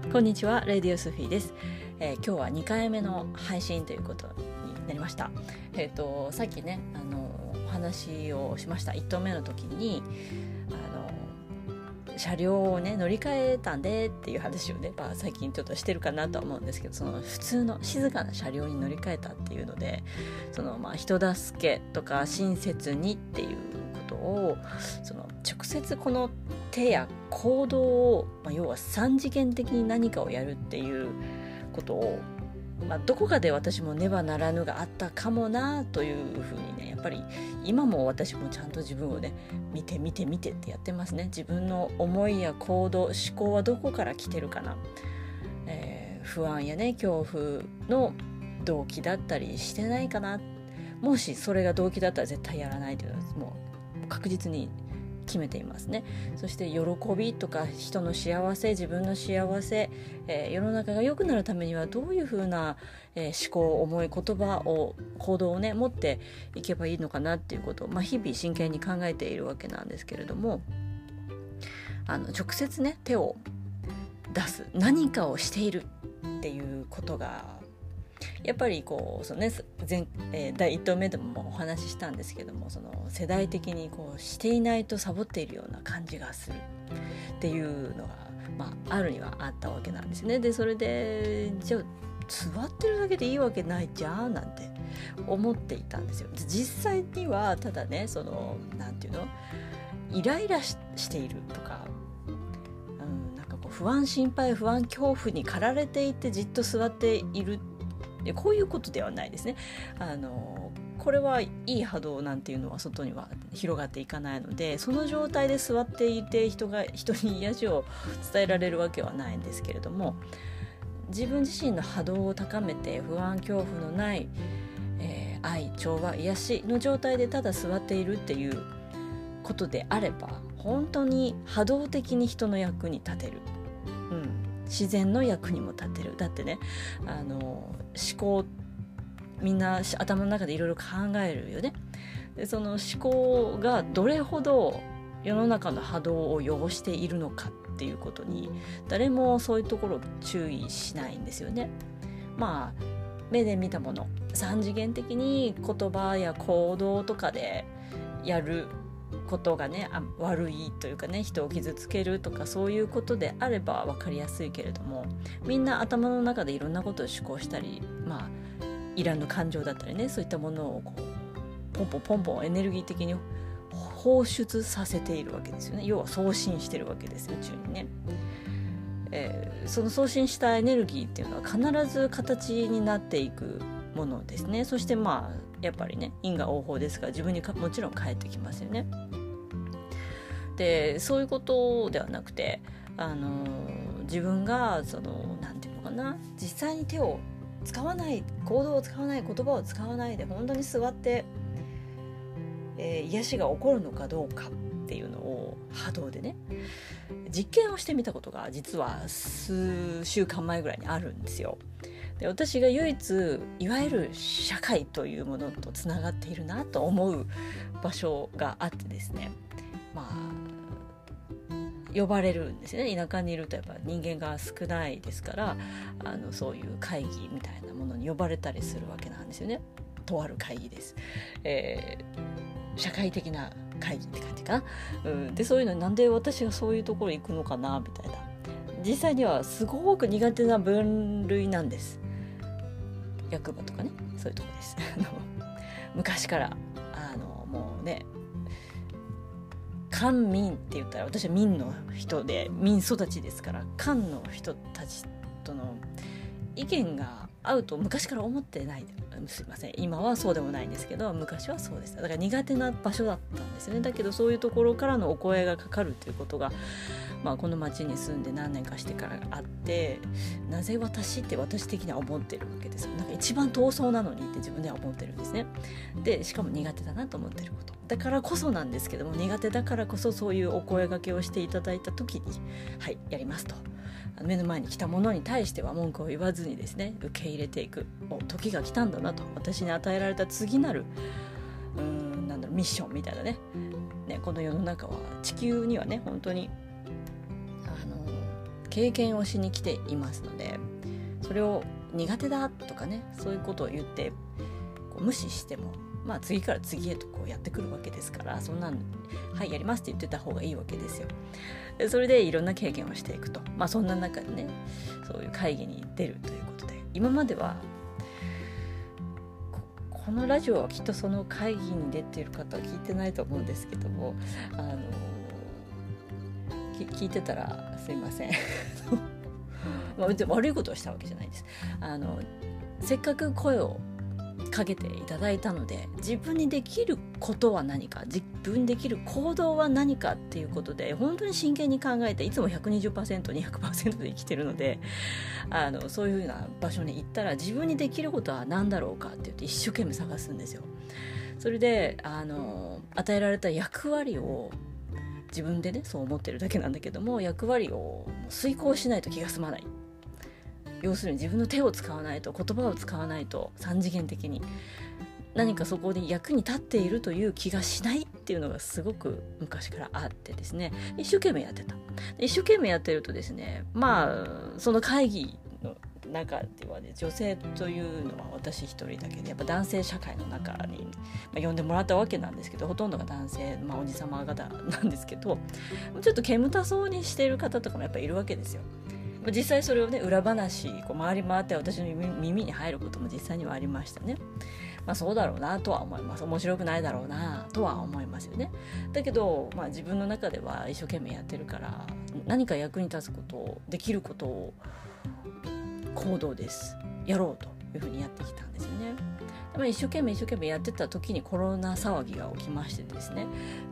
こんにちは、レディオソフィーです。今日は2回目の配信ということになりました。さっきね、お話をしました。1投目の時に車両をね乗り換えたんでっていう話をね、最近ちょっとしてるかなとは思うんですけど、その普通の静かな車両に乗り換えたっていうので、人助けとか親切にっていうことを直接この手や行動を、要は三次元的に何かをやるっていうことを、どこかで私もねばならぬがあったかもなというふうにね、やっぱり今も私もちゃんと自分をね見てってやってますね。自分の思いや行動、思考はどこから来てるかな、不安やね恐怖の動機だったりしてないかな。もしそれが動機だったら絶対やらないというのはもう確実に決めていますね。そして喜びとか人の幸せ、自分の幸せ、世の中が良くなるためにはどういうふうな、思考、思い、言葉を、行動をね持っていけばいいのかなっていうことを、日々真剣に考えているわけなんですけれども、直接ね手を出す、何かをしているっていうことがやっぱり第1投目でもお話ししたんですけども、世代的にしていないとサボっているような感じがするっていうのが、あるにはあったわけなんですね。でそれでじゃあ座ってるだけでいいわけないじゃんなんて思っていたんですよ。実際にはただね、なんていうの、イライラしているとか、不安、心配、不安、恐怖に駆られていてじっと座っている、こういうことではないですね。これはいい波動なんていうのは外には広がっていかないので、その状態で座っていて人に癒しを伝えられるわけはないんですけれども、自分自身の波動を高めて不安、恐怖のない、愛、調和、癒しの状態でただ座っているっていうことであれば、本当に波動的に人の役に立てる、自然の役にも立てる。だってね、思考、みんな頭の中でいろいろ考えるよね。でその思考がどれほど世の中の波動を汚しているのかっていうことに誰もそういうところを注意しないんですよね。目で見たもの、三次元的に言葉や行動とかでやることがね、悪いというかね、人を傷つけるとかそういうことであれば分かりやすいけれども、みんな頭の中でいろんなことを思考したり、いらぬ感情だったりね、そういったものをポンポンエネルギー的に放出させているわけですよね。要は送信してるわけですよ、宇宙にね。その送信したエネルギーっていうのは必ず形になっていくものですね。そしてやっぱりね、因果応報ですから自分にもちろん返ってきますよね。でそういうことではなくて、自分がなんていうのかな、実際に手を使わない、行動を使わない、言葉を使わないで本当に座って、癒しが起こるのかどうかっていうのを波動でね実験をしてみたことが実は数週間前ぐらいにあるんですよ。で私が唯一いわゆる社会というものとつながっているなと思う場所があってですね、呼ばれるんですよね。田舎にいるとやっぱ人間が少ないですから、そういう会議みたいなものに呼ばれたりするわけなんですよね。とある会議です、社会的な会議って感じかな、でそういうのになんで私がそういうところ行くのかなみたいな、実際にはすごく苦手な分類なんです。役場とかね、そういうとこです昔からもうね、官民って言ったら私は民の人で民育ちですから、官の人たちとの意見が合うと昔から思ってない。すいません、今はそうでもないんですけど昔はそうでした。だから苦手な場所だったんですよね。だけどそういうところからのお声がかかるということが、この町に住んで何年かしてからあって、なぜ私って私的には思ってるわけですよ。なんか一番遠そうなのにって自分では思ってるんですね。でしかも苦手だなと思ってることだからこそなんですけども、苦手だからこそそういうお声掛けをしていただいた時に、はいやりますと、目の前に来たものに対しては文句を言わずにですね、受け入れていく、時が来たんだなと、私に与えられた次なるミッションみたいなね、この世の中は地球にはね本当に経験をしに来ていますので、それを苦手だとかね、そういうことを言ってこう無視しても、次から次へとこうやってくるわけですから、そんなんはいやりますって言ってた方がいいわけですよ。でそれでいろんな経験をしていくと、そんな中でね、そういう会議に出るということで、今まではこのラジオはきっとその会議に出ている方は聞いてないと思うんですけども、聞いてたらすいません別に悪いことをしたわけじゃないです。せっかく声をかけていただいたので、自分にできることは何か、自分にできる行動は何かっていうことで本当に真剣に考えて、いつも 120%、200% で生きてるので、そういうような場所に行ったら自分にできることは何だろうかって言って一生懸命探すんですよ。それで与えられた役割を自分でね、そう思ってるだけなんだけども、役割を遂行しないと気が済まない。要するに自分の手を使わないと、言葉を使わないと、三次元的に何かそこで役に立っているという気がしないっていうのがすごく昔からあってですね、一生懸命やってた。一生懸命やってるとですね、その会議の中ではね、女性というのは私一人だけで、やっぱ男性社会の中に、呼んでもらったわけなんですけど、ほとんどが男性、おじさま方なんですけど、ちょっと煙たそうにしている方とかもやっぱいるわけですよ。実際それをね、裏話回り回って私の耳に入ることも実際にはありましたね。そうだろうなとは思います。面白くないだろうなとは思いますよね。だけど、自分の中では一生懸命やってるから、何か役に立つことを、できることを行動です、やろうというふうにやってきたんですよね。一生懸命やってた時にコロナ騒ぎが起きましてですね、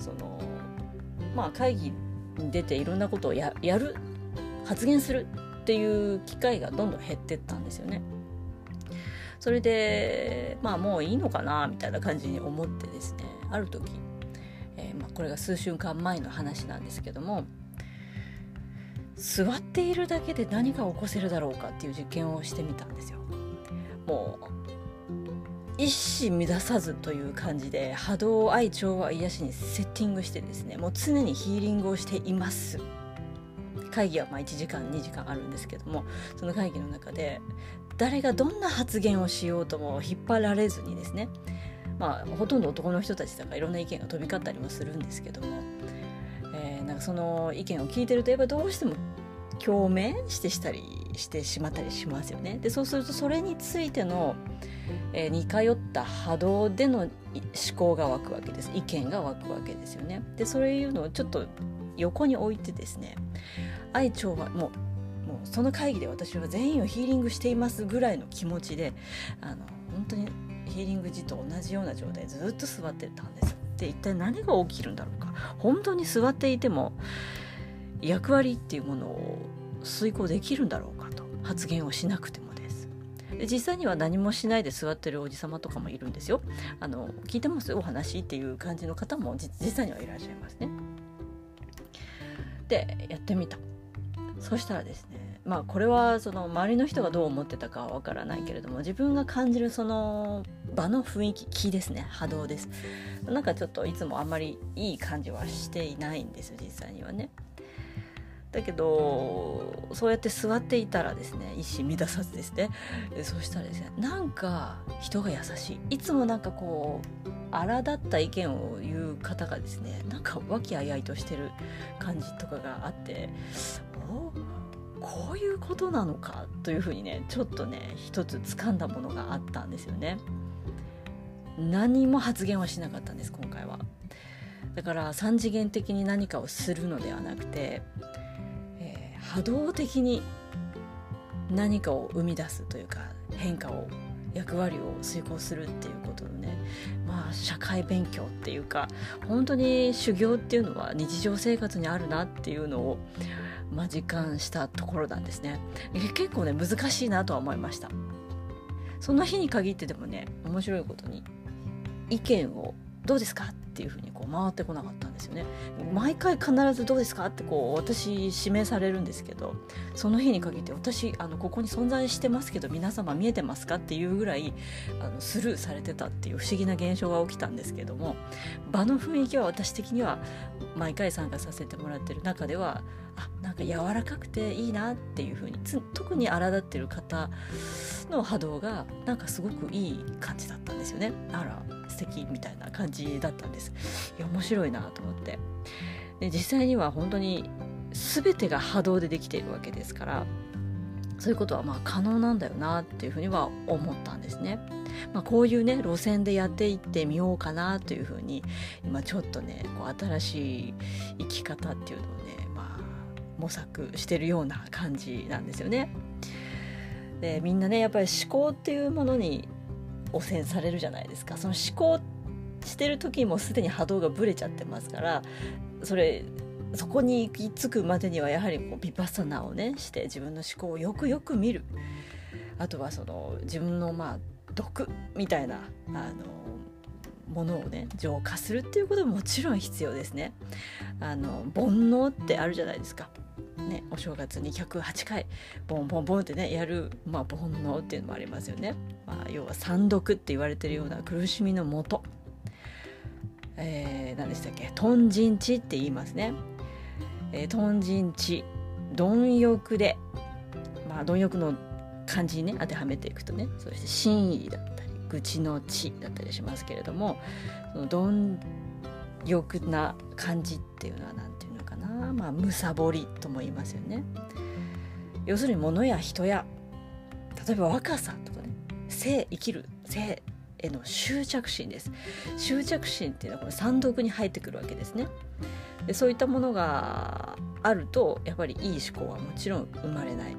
会議に出ていろんなことをやる、発言するっていう機会がどんどん減ってったんですよね。それでもういいのかなみたいな感じに思ってですね、ある時、これが数週間前の話なんですけども、座っているだけで何が起こせるだろうかっていう実験をしてみたんですよ。もう一糸乱さずという感じで、波動、愛、調和、癒しにセッティングしてですね、もう常にヒーリングをしています。会議は1時間2時間あるんですけども、その会議の中で誰がどんな発言をしようとも引っ張られずにですね、ほとんど男の人たちだからいろんな意見が飛び交ったりもするんですけども、その意見を聞いてるとやっぱどうしても共鳴してしまったりしますよね。でそうするとそれについての、似通った波動での思考が湧くわけです。意見が湧くわけですよね。でそういうのをちょっと横に置いてですね、愛調和もうその会議で私は全員をヒーリングしていますぐらいの気持ちで、本当にヒーリング時と同じような状態でずっと座ってたんですよ。で一体何が起きるんだろうか、本当に座っていても役割っていうものを遂行できるんだろうかと、発言をしなくてもです。で実際には何もしないで座ってるおじさまとかもいるんですよ。聞いてますお話っていう感じの方も実際にはいらっしゃいますね。でやってみた。そしたらですね、これはその周りの人がどう思ってたかはわからないけれども、自分が感じるその場の雰囲気、気ですね、波動です。なんかちょっといつもあんまりいい感じはしていないんです実際にはね。だけどそうやって座っていたらですね、一糸乱さずですね、そうしたらですね、なんか人が優しい、いつもなんかこう荒立った意見を言う方がですね、なんか和気あいあいとしてる感じとかがあって、こういうことなのかというふうにね、ちょっとね一つ掴んだものがあったんですよね。何も発言はしなかったんです今回は。だから三次元的に何かをするのではなくて、波動的に何かを生み出すというか、変化を、役割を遂行するっていうことのね、社会勉強っていうか、本当に修行っていうのは日常生活にあるなっていうのを実感したところなんですね。結構ね難しいなとは思いました。その日に限ってでもね、面白いことに意見をどうですかっっていうふうにこう回ってこなかったんですよね。毎回必ずどうですかってこう私指名されるんですけど、その日に限って私ここに存在してますけど皆様見えてますかっていうぐらいスルーされてたっていう不思議な現象が起きたんですけども、場の雰囲気は私的には毎回参加させてもらってる中ではなんか柔らかくていいなっていう風に特に荒立ってる方の波動がなんかすごくいい感じだったんですよね。あら素敵みたいな感じだったんです。いや面白いなと思って、で実際には本当に全てが波動でできているわけですから、そういうことはまあ可能なんだよなっていうふうには思ったんですね。こういうね路線でやっていってみようかなというふうに今ちょっとねこう新しい生き方っていうのをね模索してるような感じなんですよね。でみんなねやっぱり思考っていうものに汚染されるじゃないですか。その思考してる時もすでに波動がブレちゃってますから、そこに行き着くまでにはやはりこうビパッサナをねして自分の思考をよくよく見る、あとはその自分の毒みたいなものをね浄化するっていうことももちろん必要ですね。煩悩ってあるじゃないですかね、お正月に108回ボンボンボンってねやる、煩悩っていうのもありますよね。要は三毒って言われてるような苦しみのもと、何でしたっけ、貪嗔痴って言いますね。貪嗔痴、貪欲で、貪欲の漢字にね当てはめていくとね、そして真意だったり愚痴の痴だったりしますけれども、その貪欲な漢字っていうのは何ていうのかな、むさぼりとも言いますよね。要するに物や人や例えば若さとかね、生きる生への執着心です。執着心っていうのはこの三毒に入ってくるわけですね。でそういったものがあるとやっぱりいい思考はもちろん生まれない。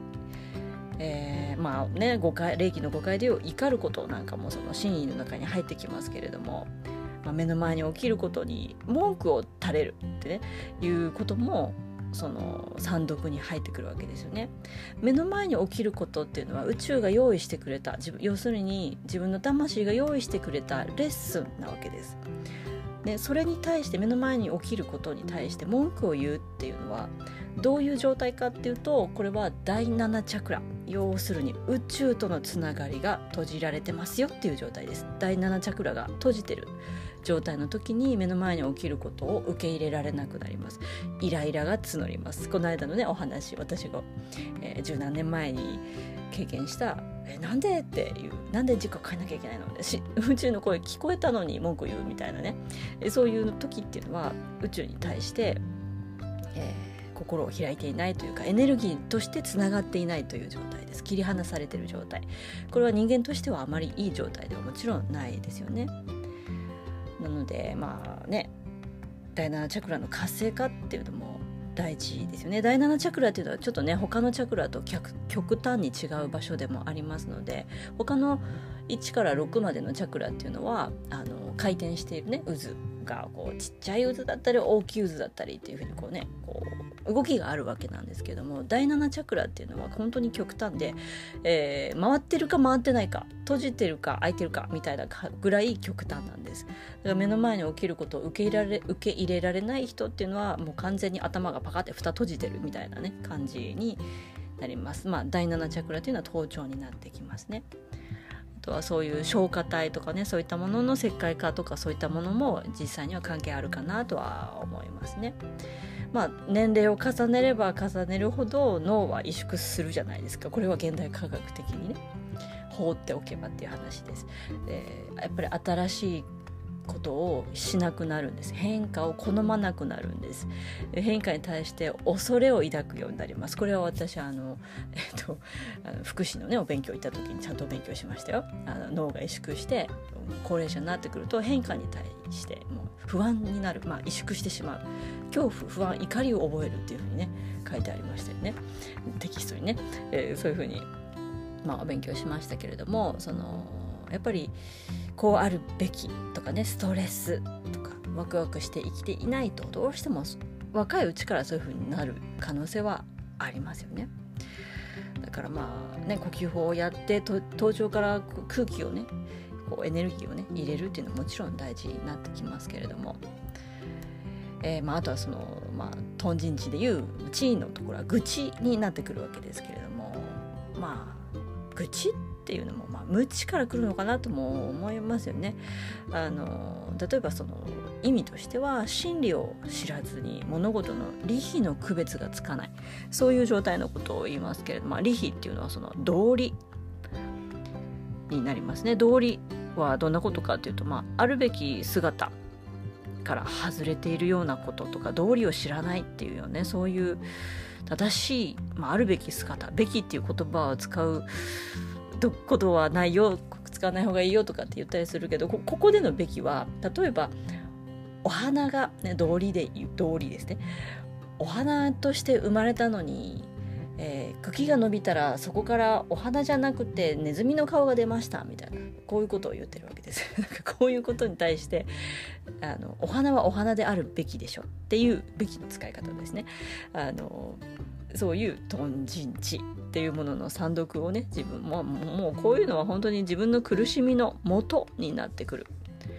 誤解、霊気の誤解でいう怒ることなんかもその真意の中に入ってきますけれども、目の前に起きることに文句を垂れるってねいうこともその三毒に入ってくるわけですよね。目の前に起きることっていうのは宇宙が用意してくれた、要するに自分の魂が用意してくれたレッスンなわけです。でそれに対して目の前に起きることに対して文句を言うっていうのはどういう状態かっていうと、これは第7チャクラ、要するに宇宙とのつながりが閉じられてますよっていう状態です。第7チャクラが閉じてる状態の時に目の前に起きることを受け入れられなくなります。イライラが募ります。この間のねお話、私が、十何年前に経験したなんでっていう、なんで時間変えなきゃいけないの宇宙の声聞こえたのに文句言うみたいなね、そういう時っていうのは宇宙に対して、心を開いていないというかエネルギーとしてつながっていないという状態です。切り離されている状態、これは人間としてはあまりいい状態ではもちろんないですよね。なので第7チャクラの活性化っていうのも大事ですよね。第7チャクラっていうのはちょっとね他のチャクラと極端に違う場所でもありますので、他の1から6までのチャクラっていうのは回転しているね渦がこうちっちゃい渦だったり大きい渦だったりっていうふうにこう動きがあるわけなんですけども、第7チャクラっていうのは本当に極端で、回ってるか回ってないか、閉じてるか開いてるかみたいなぐらい極端なんです。だから目の前に起きることを受け入れられない人っていうのはもう完全に頭がパカって蓋閉じてるみたいなね感じになります。第7チャクラっていうのは頭頂になってきますね。あとはそういう消化体とかね、そういったものの石灰化とかそういったものも実際には関係あるかなとは思いますね。年齢を重ねれば重ねるほど脳は萎縮するじゃないですか。これは現代科学的にね放っておけばっていう話です。やっぱり新しいことをしなくなるんです。変化を好まなくなるんです。変化に対して恐れを抱くようになります。これは私福祉のねお勉強行った時にちゃんとお勉強しましたよ。脳が萎縮して高齢者になってくると変化に対してもう不安になる、萎縮してしまう、恐怖不安怒りを覚えるっていうふうにね書いてありましたよね、テキストにね。そういうふうにお勉強しましたけれども、やっぱりこうあるべきとかね、ストレスとかワクワクして生きていないとどうしても若いうちからそういう風になる可能性はありますよね。だから呼吸法をやって頭頂から空気をねこうエネルギーをね入れるっていうのはもちろん大事になってきますけれども、あとはそのトンジンチでいうチーのところは愚痴になってくるわけですけれども、愚痴っていうのも無知から来るのかなとも思いますよね。例えばその意味としては真理を知らずに物事の理非の区別がつかない、そういう状態のことを言いますけれども、理非っていうのはその道理になりますね。道理はどんなことかというと、あるべき姿から外れているようなこととか、道理を知らないっていうよね、そういう正しい、あるべき姿、べきっていう言葉を使うことはないよ、使わない方がいいよとかって言ったりするけど、ここでのべきは例えばお花が、道理ですね。お花として生まれたのに、茎が伸びたらそこからお花じゃなくてネズミの顔が出ましたみたいな、こういうことを言ってるわけですこういうことに対してお花はお花であるべきでしょっていうべきの使い方ですね。そういうトンジンチっていうものの賛読をね、自分ももうこういうのは本当に自分の苦しみの元になってくる。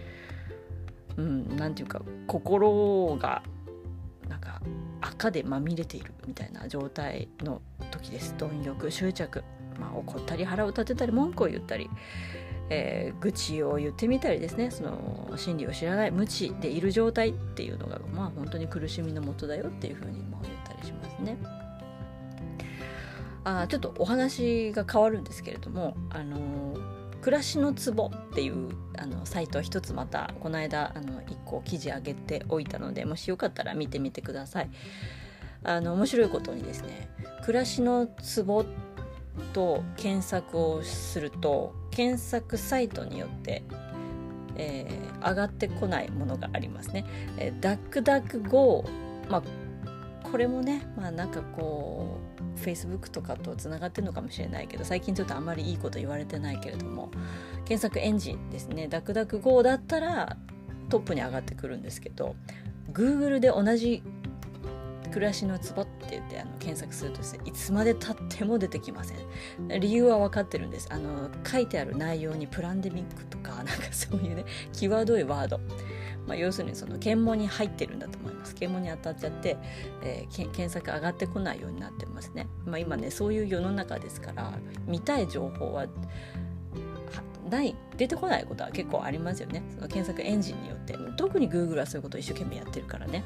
なんていうか心がなんか赤でまみれているみたいな状態の時です。貪欲執着、怒ったり腹を立てたり文句を言ったり、愚痴を言ってみたりですね、その真理を知らない無知でいる状態っていうのが本当に苦しみの元だよっていうふうにも言ったりしますね。ちょっとお話が変わるんですけれども、暮らしのツボっていうサイト一つまたこの間一個記事上げておいたので、もしよかったら見てみてください。面白いことにですね、暮らしのツボと検索をすると検索サイトによって、上がってこないものがありますね。ダックダックゴー、これもね、なんかこう Facebook とかとつながってるのかもしれないけど、最近ちょっとあんまりいいこと言われてないけれども、検索エンジンですね、ダックダック GO だったらトップに上がってくるんですけど、 Google で同じ暮らしのツボって言って検索するとですね、いつまで経っても出てきません。理由は分かってるんです。書いてある内容にプランデミックとかなんかそういうね際どいワード、要するにその検問に入ってるんだと思います。検問に当たっちゃって、検索上がってこないようになってますね。今ねそういう世の中ですから、見たい情報は出てこないことは結構ありますよね。その検索エンジンによって、特に Google はそういうことを一生懸命やってるからね。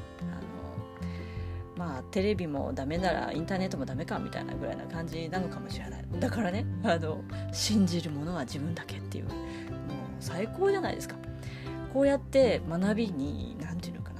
テレビもダメならインターネットもダメかみたいなぐらいな感じなのかもしれない。だからね、信じるものは自分だけっていう、もう最高じゃないですか。こうやって学びになんていうのかな、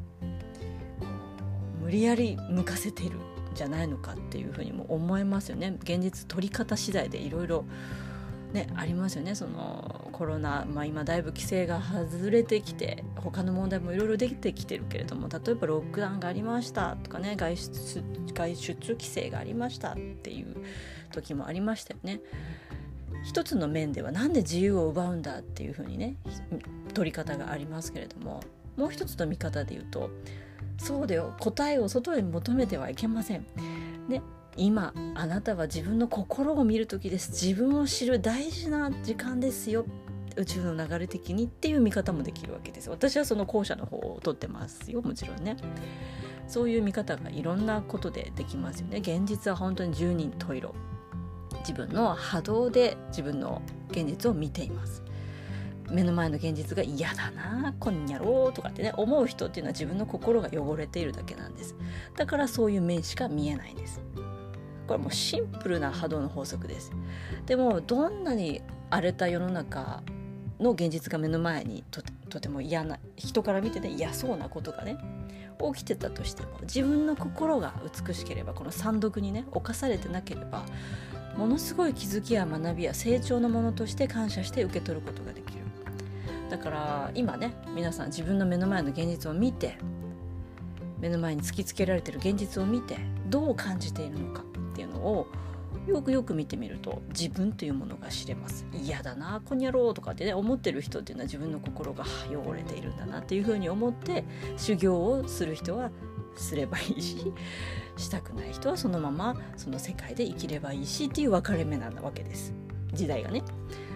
無理やり向かせてるんじゃないのかっていうふうにも思いますよね。現実取り方次第でいろいろねありますよね。そのコロナ、今だいぶ規制が外れてきて他の問題もいろいろできてきてるけれども、例えばロックダウンがありましたとかね、外出規制がありましたっていう時もありましたよね。一つの面ではなんで自由を奪うんだっていうふうにね取り方がありますけれども、もう一つの見方で言うと、そうだよ、答えを外に求めてはいけませんね。今あなたは自分の心を見る時です。自分を知る大事な時間ですよ、宇宙の流れ的にっていう見方もできるわけです。私はその後者の方を取ってますよ、もちろんね。そういう見方がいろんなことでできますよね。現実は本当に十人十色、自分の波動で自分の現実を見ています。目の前の現実が嫌だな、こんにゃろうとかってね思う人っていうのは自分の心が汚れているだけなんです。だからそういう面しか見えないんです。これもうシンプルな波動の法則です。でもどんなに荒れた世の中の現実が目の前にとても嫌な、人から見てね嫌そうなことがね起きてたとしても、自分の心が美しければ、この三毒にね侵されてなければ、ものすごい気づきや学びや成長のものとして感謝して受け取ることができる。だから今ね、皆さん自分の目の前の現実を見て、目の前に突きつけられている現実を見てどう感じているのかっていうのをよくよく見てみると、自分というものが知れます。嫌だな、こんにゃろうとかってね思ってる人っていうのは自分の心が汚れているんだなっていうふうに思って、修行をする人はすればいいし、したくない人はそのままその世界で生きればいいしっていう分かれ目なわけです、時代がね。っ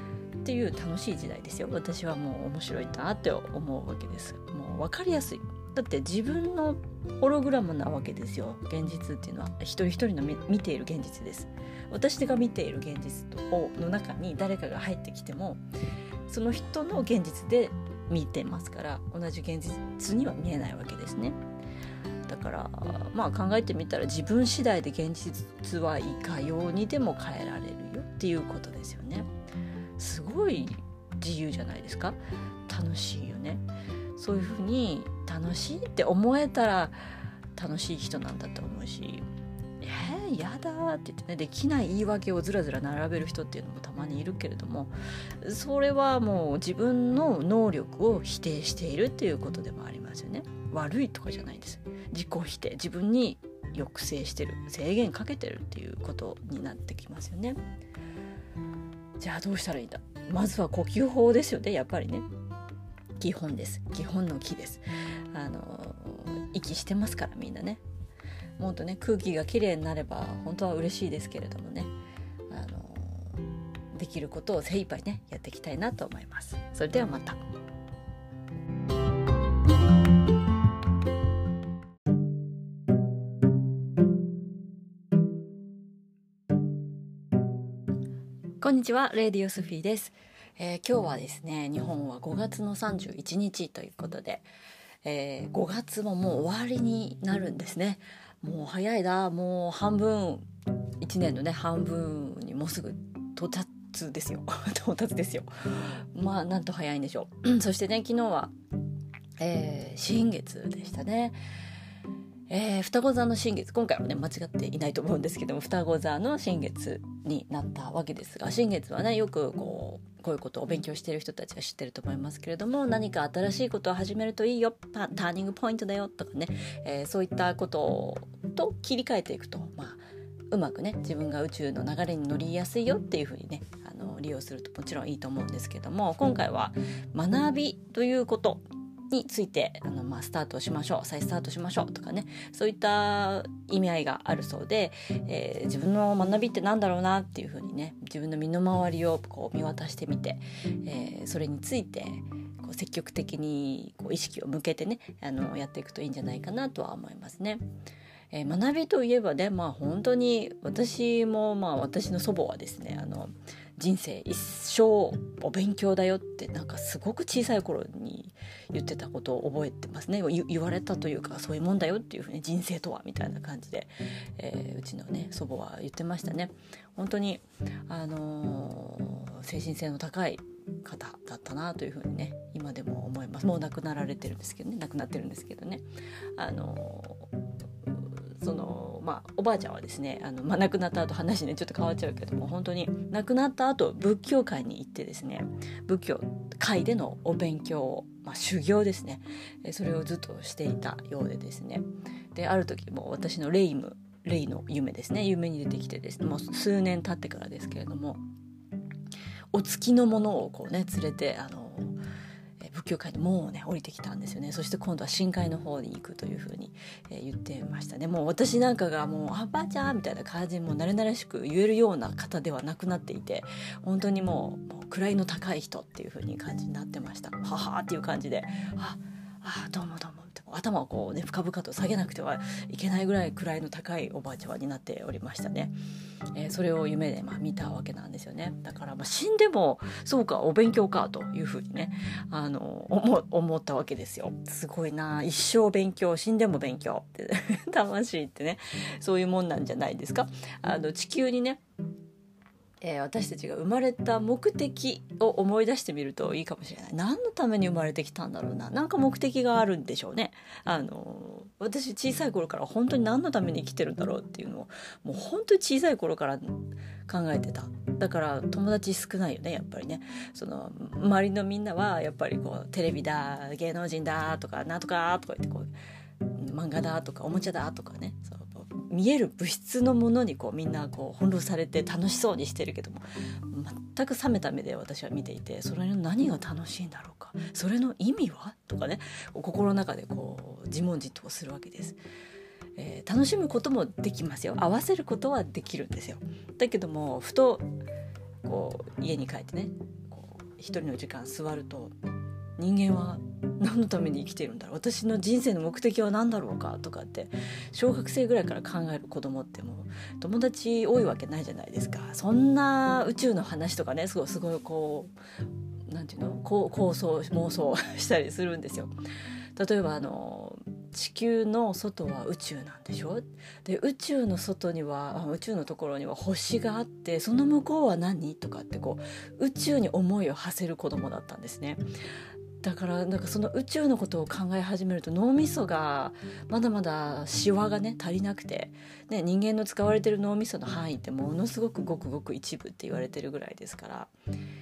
っていう楽しい時代ですよ。私はもう面白いなって思うわけです。もう分かりやすい。だって自分のホログラムなわけですよ。現実っていうのは一人一人の見ている現実です。私が見ている現実の中に誰かが入ってきてもその人の現実で見てますから、同じ現実には見えないわけですね。だから考えてみたら自分次第で現実はいかようにでも変えられるよっていうことですよね。すごい自由じゃないですか。楽しいよね。そういうふうに楽しいって思えたら楽しい人なんだと思うし、やだって言ってね、できない言い訳をずらずら並べる人っていうのもたまにいるけれども、それはもう自分の能力を否定しているっていうことでもありますよね。悪いとかじゃないんです。自己否定、自分に抑制してる、制限かけてるっていうことになってきますよね。じゃあどうしたらいいんだ。まずは呼吸法ですよね。やっぱりね、基本です。基本の木です。息してますからみんなね。もっとね、空気がきれいになれば本当は嬉しいですけれどもね、できることを精一杯ねやっていきたいなと思います。それではまた。こんにちは、レディオスフィーです。今日はですね、日本は5月の31日ということで、5月ももう終わりになるんですね。もう早いな。もう半分、1年のね半分にもうすぐ到達ですよ到達ですよ。なんと早いんでしょうそしてね、昨日は、新月でしたね。双子座の新月、今回はね間違っていないと思うんですけども、双子座の新月になったわけですが、新月はねよくこういうことを勉強している人たちは知ってると思いますけれども、何か新しいことを始めるといいよ、ターニングポイントだよとかね、そういったことと切り替えていくと、うまくね自分が宇宙の流れに乗りやすいよっていうふうにね利用するともちろんいいと思うんですけども、今回は学びということについてスタートしましょう、再スタートしましょうとかね、そういった意味合いがあるそうで、自分の学びってなんだろうなっていうふうにね、自分の身の回りをこう見渡してみて、それについてこう積極的にこう意識を向けてねやっていくといいんじゃないかなとは思いますね。学びといえばね、本当に私も私の祖母はですね、人生一生お勉強だよってなんかすごく小さい頃に言ってたことを覚えてますね。言われたというか、そういうもんだよっていうふうに、人生とはみたいな感じで、うちのね祖母は言ってましたね。本当に精神性の高い方だったなというふうにね今でも思います。もう亡くなってるんですけどね。おばあちゃんはですね亡くなった後、話ねちょっと変わっちゃうけども、本当に亡くなった後仏教界に行ってですね、仏教界でのお勉強、修行ですね、それをずっとしていたようでですね、である時も私の霊の夢ですね、夢に出てきてですね、もう数年経ってからですけれども、お付きの者をこうね連れて仏教界の門をね降りてきたんですよね。そして今度は深海の方に行くというふうに、言ってましたね。もう私なんかがもうばあちゃんみたいな感じにもう慣れ慣れしく言えるような方ではなくなっていて、本当にもう位の高い人っていうふうに感じになってました。ははーっていう感じで、どうもどうもって頭をこうね深々と下げなくてはいけないぐらい位の高いおばあちゃまになっておりましたね。それを夢で見たわけなんですよね。だから死んでもそうかお勉強かというふうにね思ったわけですよ。すごいな、一生勉強、死んでも勉強って魂ってねそういうもんなんじゃないですか。地球にね私たちが生まれた目的を思い出してみるといいかもしれない。何のために生まれてきたんだろうな。なんか目的があるんでしょうね。私小さい頃から本当に何のために生きてるんだろうっていうのをもう本当に小さい頃から考えてた。だから友達少ないよねやっぱりね。その周りのみんなはやっぱりこうテレビだ、芸能人だとかなんとかとか言ってこう漫画だとかおもちゃだとかね、そう見える物質のものにこうみんなこう翻弄されて楽しそうにしてるけども、全く冷めた目で私は見ていて、それの何が楽しいんだろうか、それの意味はとかね、心の中でこう自問自答するわけです。楽しむこともできますよ。合わせることはできるんですよ。だけどもふとこう家に帰ってね一人の時間座ると、人間は何のために生きているんだろう、私の人生の目的は何だろうかとかって小学生ぐらいから考える子供ってもう友達多いわけないじゃないですか。そんな宇宙の話とかね、すごいこうなんていうの、構想妄想したりするんですよ。例えば地球の外は宇宙なんでしょ。で宇宙の外には宇宙のところには星があって、その向こうは何とかってこう宇宙に思いを馳せる子供だったんですね。だからなんかその宇宙のことを考え始めると脳みそがまだまだシワがね足りなくて、ね、人間の使われてる脳みその範囲ってものすごくごくごく一部って言われてるぐらいですから、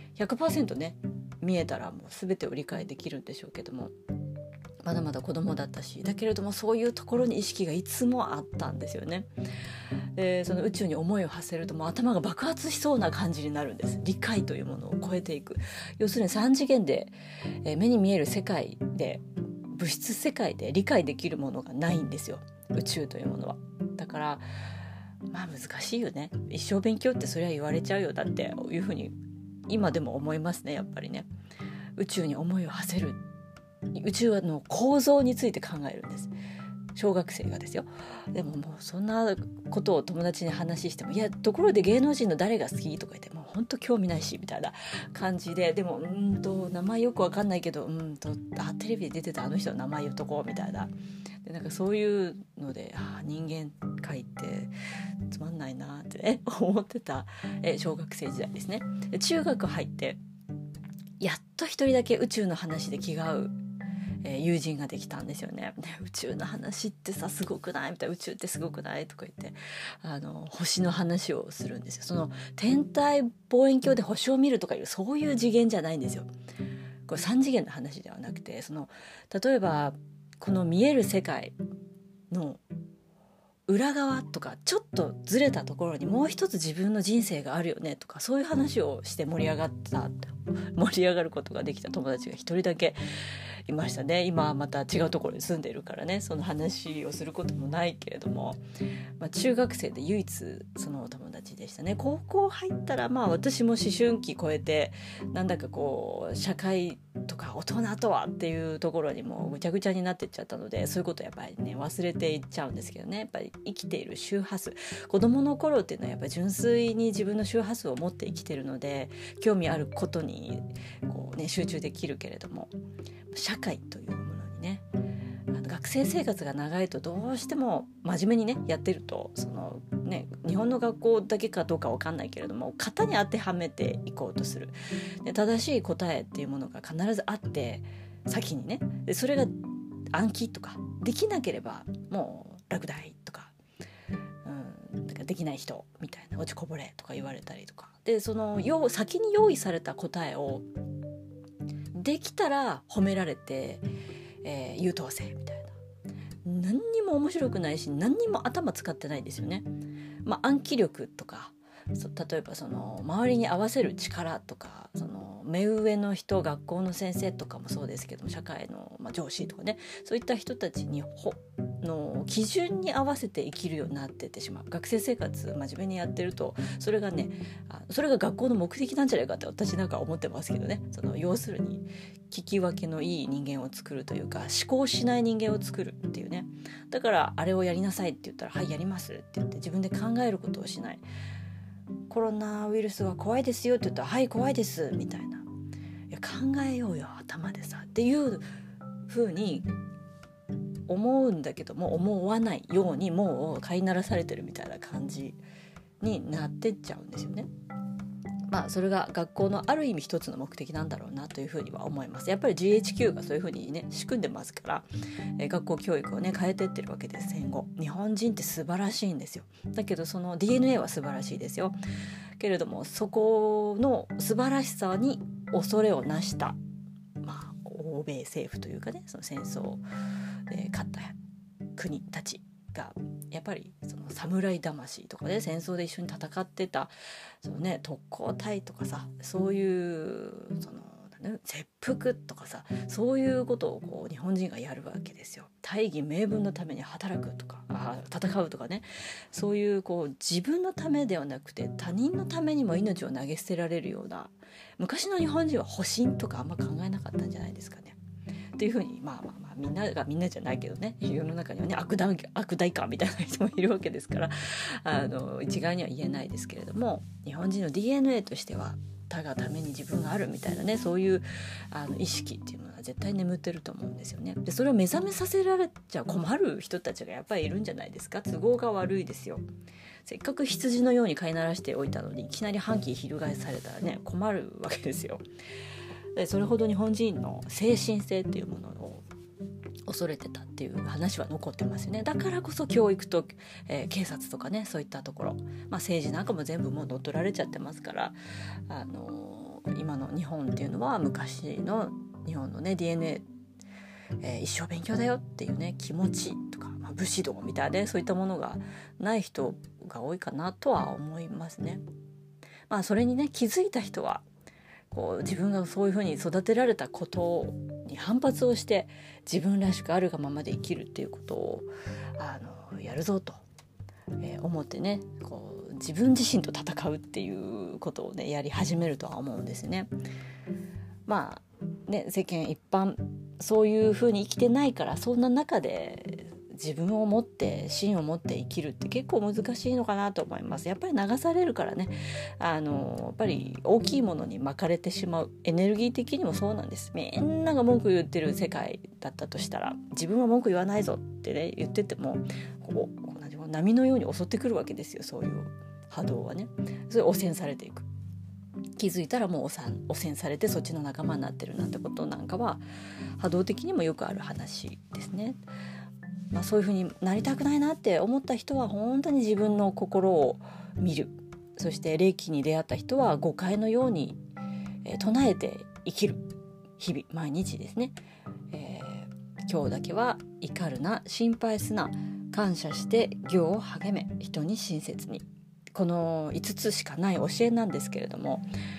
100% ね見えたらもう全てを理解できるんでしょうけども、まだまだ子供だったし、だけれどもそういうところに意識がいつもあったんですよね。でその宇宙に思いを馳せるともう頭が爆発しそうな感じになるんです。理解というものを超えていく、要するに3次元で、目に見える世界で、物質世界で理解できるものがないんですよ、宇宙というものは。だからまあ難しいよね、一生勉強ってそれは言われちゃうよだっていうふうに今でも思いますね。やっぱりね、宇宙に思いを馳せる、宇宙の構造について考えるんです、小学生がですよ。でももうそんなことを友達に話しても、いやところで芸能人の誰が好きとか言って、もう本当興味ないしみたいな感じで、でも名前よくわかんないけどテレビで出てたあの人の名前言うとこうみたいな。でなんかそういうので人間界ってつまんないなってね思ってた小学生時代ですね。で中学入ってやっと一人だけ宇宙の話で気が合う友人ができたんですよね。宇宙の話ってさすごくないみたいな、宇宙ってすごくないとか言って星の話をするんですよ。その天体望遠鏡で星を見るとかいうそういう次元じゃないんですよ。これ3次元の話ではなくて、例えばこの見える世界の裏側とかちょっとずれたところにもう一つ自分の人生があるよねとか、そういう話をして盛り上がることができた友達が一人だけいましたね。今はまた違うところに住んでいるからね、その話をすることもないけれども、中学生で唯一そのお友達でしたね。高校入ったら私も思春期超えて、なんだかこう社会とか大人とはっていうところにもぐちゃぐちゃになってっちゃったので、そういうことやっぱりね忘れていっちゃうんですけどね。やっぱり生きている周波数、子どもの頃っていうのはやっぱり純粋に自分の周波数を持って生きてるので、興味あることにこう、ね、集中できるけれども、社会というものにね、学生生活が長いとどうしても真面目にねやってると、日本の学校だけかどうか分かんないけれども型に当てはめていこうとする。で正しい答えっていうものが必ずあって先にね、でそれが暗記とかできなければもう落第とか、だからできない人みたいな落ちこぼれとか言われたりとかで、先に用意された答えをできたら褒められて、優等生みたいな、何にも面白くないし何にも頭使ってないんですよね。暗記力とか、例えば周りに合わせる力とか、目上の人、学校の先生とかもそうですけども、社会の、上司とかね、そういった人たちの基準に合わせて生きるようになってってしまう。学生生活真面目にやってるとそれが学校の目的なんじゃないかって私なんか思ってますけどね。要するに聞き分けのいい人間を作るというか、思考しない人間を作るっていうね。だからあれをやりなさいって言ったらはいやりますって言って自分で考えることをしない。コロナウイルスは怖いですよって言ったらはい怖いですみたいな、いや考えようよ頭でさっていう風に思うんだけども、思わないようにもう飼いならされてるみたいな感じになってっちゃうんですよね。それが学校のある意味一つの目的なんだろうなというふうには思います。やっぱり GHQ がそういうふうにね仕組んでますから、学校教育をね変えてってるわけです。戦後日本人って素晴らしいんですよ。だけどその DNA は素晴らしいですよ。けれどもそこの素晴らしさに恐れをなした欧米政府というかね、その戦争で勝った国たちがやっぱりその侍魂とかで戦争で一緒に戦ってた特攻隊とかさ、そういう切腹とかさ、そういうことをこう日本人がやるわけですよ。大義名分のために働くとか、 戦うとかね、そういう自分のためではなくて他人のためにも命を投げ捨てられるような、昔の日本人は保身とかあんま考えなかったんじゃないですかねっていうふうに、みんながみんなじゃないけどね、世の中にはね悪代官みたいな人もいるわけですから、一概には言えないですけれども、日本人の DNA としては他がために自分があるみたいなね、そういう意識っていうものは絶対眠ってると思うんですよね。でそれを目覚めさせられちゃ困る人たちがやっぱりいるんじゃないですか。都合が悪いですよ。せっかく羊のように飼いならしておいたのにいきなり反旗翻されたらね困るわけですよ。でそれほど日本人の精神性っていうものを恐れてたっていう話は残ってますよね。だからこそ教育と、警察とかね、そういったところ、政治なんかも全部もう乗っ取られちゃってますから、今の日本っていうのは昔の日本のね DNA、一生勉強だよっていうね気持ちとか、武士道みたいなね、そういったものがない人が多いかなとは思いますね。それにね気づいた人は自分がそういうふうに育てられたことに反発をして自分らしくあるがままで生きるっていうことをやるぞと、思ってね自分自身と戦うっていうことをねやり始めるとは思うんですね。世間一般そういうふうに生きてないから、そんな中で自分を持って芯を持って生きるって結構難しいのかなと思います。やっぱり流されるからね、やっぱり大きいものに巻かれてしまう。エネルギー的にもそうなんです。みんなが文句言ってる世界だったとしたら、自分は文句言わないぞってね言ってても波のように襲ってくるわけですよ。そういう波動はね、それ汚染されていく。気づいたらもう汚染されてそっちの仲間になってるなんてことなんかは波動的にもよくある話ですね。そういうふうになりたくないなって思った人は本当に自分の心を見る。そして霊気に出会った人は誤解のように、唱えて生きる日々毎日ですね、今日だけは怒るな、心配すな、感謝して行を励め、人に親切に、この5つしかない教えなんですけれども、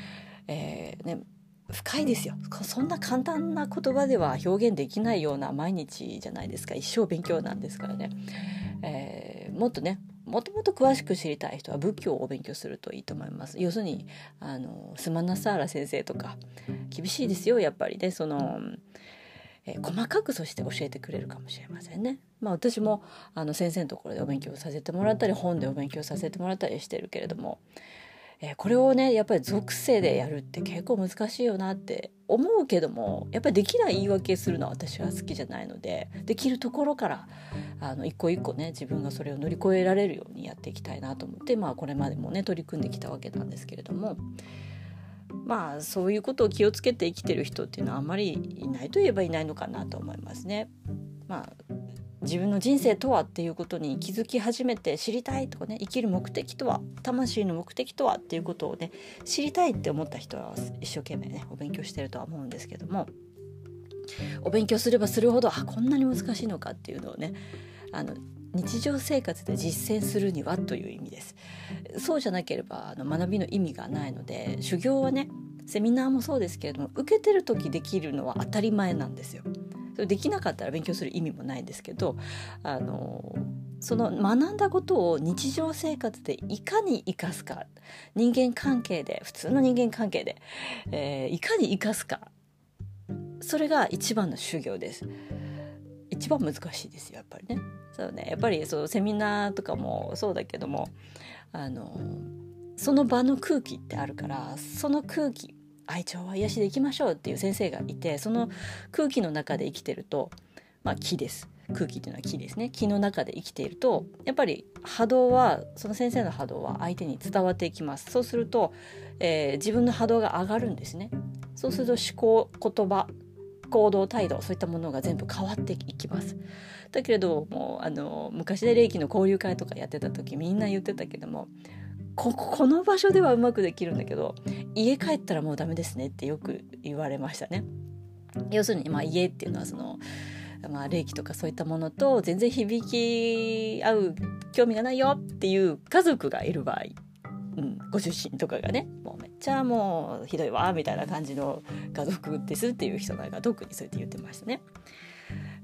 深いですよ。そんな簡単な言葉では表現できないような毎日じゃないですか。一生勉強なんですからね、もっと詳しく知りたい人は仏教をお勉強するといいと思います。要するにスマナサーラ先生とか厳しいですよやっぱりね。細かくそして教えてくれるかもしれませんね。私も先生のところでお勉強させてもらったり、本でお勉強させてもらったりしてるけれども、これをねやっぱり属性でやるって結構難しいよなって思うけども、やっぱりできない言い訳するのは私は好きじゃないので、できるところから一個一個ね自分がそれを乗り越えられるようにやっていきたいなと思って、これまでもね取り組んできたわけなんですけれども、そういうことを気をつけて生きてる人っていうのはあんまりいないといえばいないのかなと思いますね。自分の人生とはっていうことに気づき始めて知りたいとかね、生きる目的とは、魂の目的とはっていうことをね知りたいって思った人は一生懸命ねお勉強してるとは思うんですけども、お勉強すればするほどこんなに難しいのかっていうのをね日常生活で実践するにはという意味です。そうじゃなければ学びの意味がないので、修行はねセミナーもそうですけれども、受けてる時できるのは当たり前なんですよ。それできなかったら勉強する意味もないんですけど、その学んだことを日常生活でいかに生かすか、人間関係で普通の人間関係で、いかに生かすか、それが一番の修行です。一番難しいですよやっぱりね。そうね、やっぱりセミナーとかもそうだけどもその場の空気ってあるから、その空気愛情は癒しでいきましょうっていう先生がいて、その空気の中で生きてると、気です。空気っていうのは気ですね。気の中で生きているとやっぱり波動は、その先生の波動は相手に伝わっていきます。そうすると、自分の波動が上がるんですね。そうすると思考、言葉、行動、態度、そういったものが全部変わっていきます。だけれども昔で霊気の交流会とかやってた時みんな言ってたけども、この場所ではうまくできるんだけど家帰ったらもうダメですねってよく言われましたね。要するに家っていうのは霊気とかそういったものと全然響き合う興味がないよっていう家族がいる場合、ご出身とかがねもうめっちゃもうひどいわみたいな感じの家族ですっていう人なんか特にそうやって言ってましたね。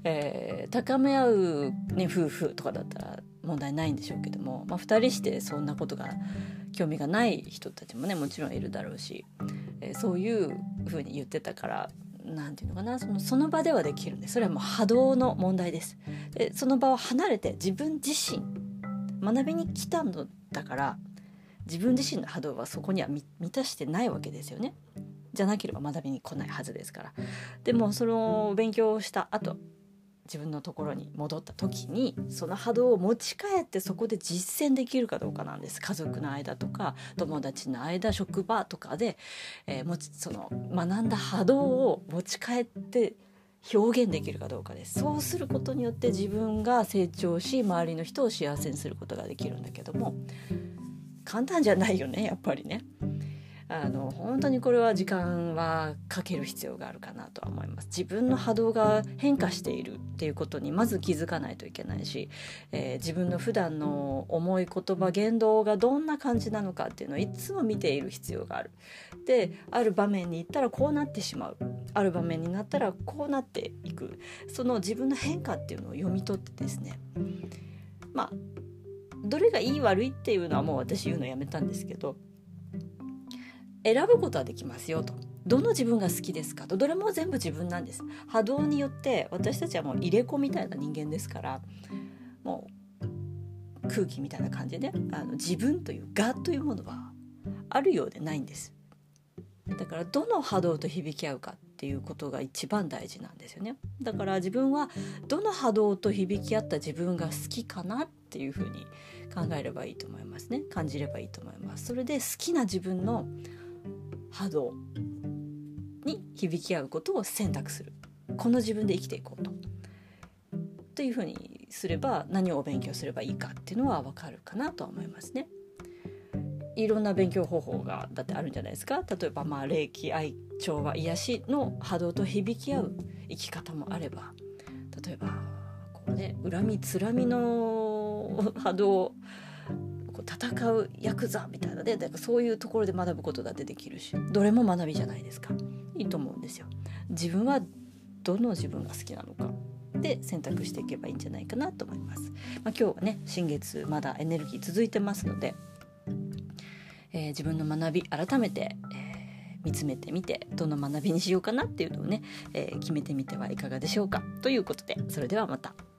高め合う、ね、夫婦とかだったら問題ないんでしょうけども、2人してそんなことが興味がない人たちもねもちろんいるだろうし、そういうふうに言ってたから、なんていうのかな、その場ではできるんで、それはもう波動の問題です。でその場を離れて自分自身学びに来たのだから、自分自身の波動はそこには満たしてないわけですよね。じゃなければ学びに来ないはずですから。でもその勉強をした後、自分のところに戻った時にその波動を持ち帰ってそこで実践できるかどうかなんです。家族の間とか友達の間、職場とかで、その学んだ波動を持ち帰って表現できるかどうかです。そうすることによって自分が成長し、周りの人を幸せにすることができるんだけども、簡単じゃないよね、やっぱりね。本当にこれは時間はかける必要があるかなとは思います。自分の波動が変化しているっていうことにまず気づかないといけないし、自分の普段の思い、言葉、言動がどんな感じなのかっていうのをいつも見ている必要がある。で、ある場面に行ったらこうなってしまう、ある場面になったらこうなっていく、その自分の変化っていうのを読み取ってですね、どれがいい悪いっていうのはもう私言うのやめたんですけど、選ぶことはできますよと。どの自分が好きですかと。どれも全部自分なんです。波動によって私たちはもう入れ子みたいな人間ですから、もう空気みたいな感じで、自分という我というものはあるようでないんです。だからどの波動と響き合うかっていうことが一番大事なんですよね。だから自分はどの波動と響き合った自分が好きかなっていうふうに考えればいいと思いますね。感じればいいと思います。それで好きな自分の波動に響き合うことを選択する。この自分で生きていこうというふうにすれば、何を勉強すればいいかっていうのは分かるかなと思いますね。いろんな勉強方法がだってあるんじゃないですか。例えば霊気、愛、調和、癒しの波動と響き合う生き方もあれば、例えばこうね、恨みつらみの波動、戦うヤクザみたいなね、だからそういうところで学ぶことだってできるし、どれも学びじゃないですか。いいと思うんですよ。自分はどの自分が好きなのかで選択していけばいいんじゃないかなと思います。今日はね、新月まだエネルギー続いてますので、自分の学び改めて、見つめてみて、どの学びにしようかなっていうのをね、決めてみてはいかがでしょうか。ということで、それではまた。